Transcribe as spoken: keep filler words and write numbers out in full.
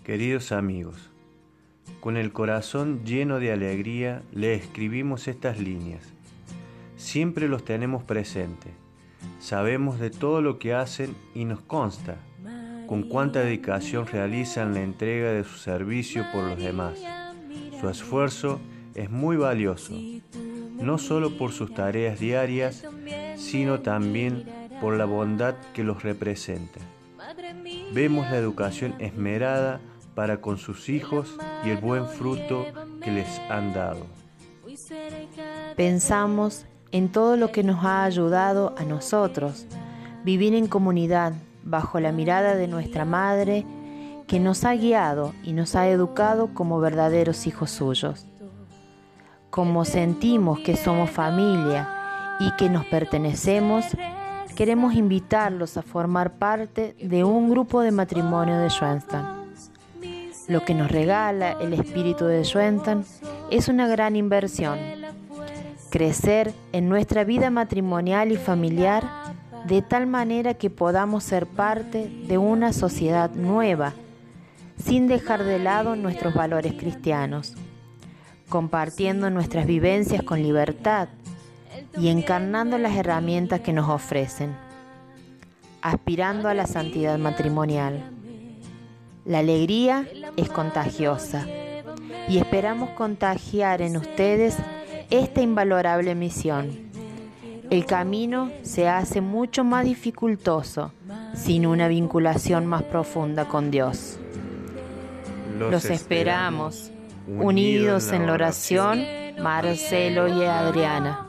Queridos amigos, con el corazón lleno de alegría le escribimos estas líneas. Siempre los tenemos presentes. Sabemos de todo lo que hacen y nos consta con cuánta dedicación realizan la entrega de su servicio por los demás. Su esfuerzo es muy valioso, no solo por sus tareas diarias, sino también por la bondad que los representa. Vemos la educación esmerada para con sus hijos y el buen fruto que les han dado. Pensamos en todo lo que nos ha ayudado a nosotros, vivir en comunidad bajo la mirada de nuestra madre, que nos ha guiado y nos ha educado como verdaderos hijos suyos. Como sentimos que somos familia y que nos pertenecemos, queremos invitarlos a formar parte de un grupo de matrimonio de Schoenstatt. Lo que nos regala el espíritu de Schoenstatt es una gran inversión. Crecer en nuestra vida matrimonial y familiar de tal manera que podamos ser parte de una sociedad nueva, sin dejar de lado nuestros valores cristianos, compartiendo nuestras vivencias con libertad y encarnando las herramientas que nos ofrecen, aspirando a la santidad matrimonial. La alegría es contagiosa y esperamos contagiar en ustedes esta invalorable misión. El camino se hace mucho más dificultoso sin una vinculación más profunda con Dios. Los, Los esperamos, unidos en la oración, Marcelo y Adriana.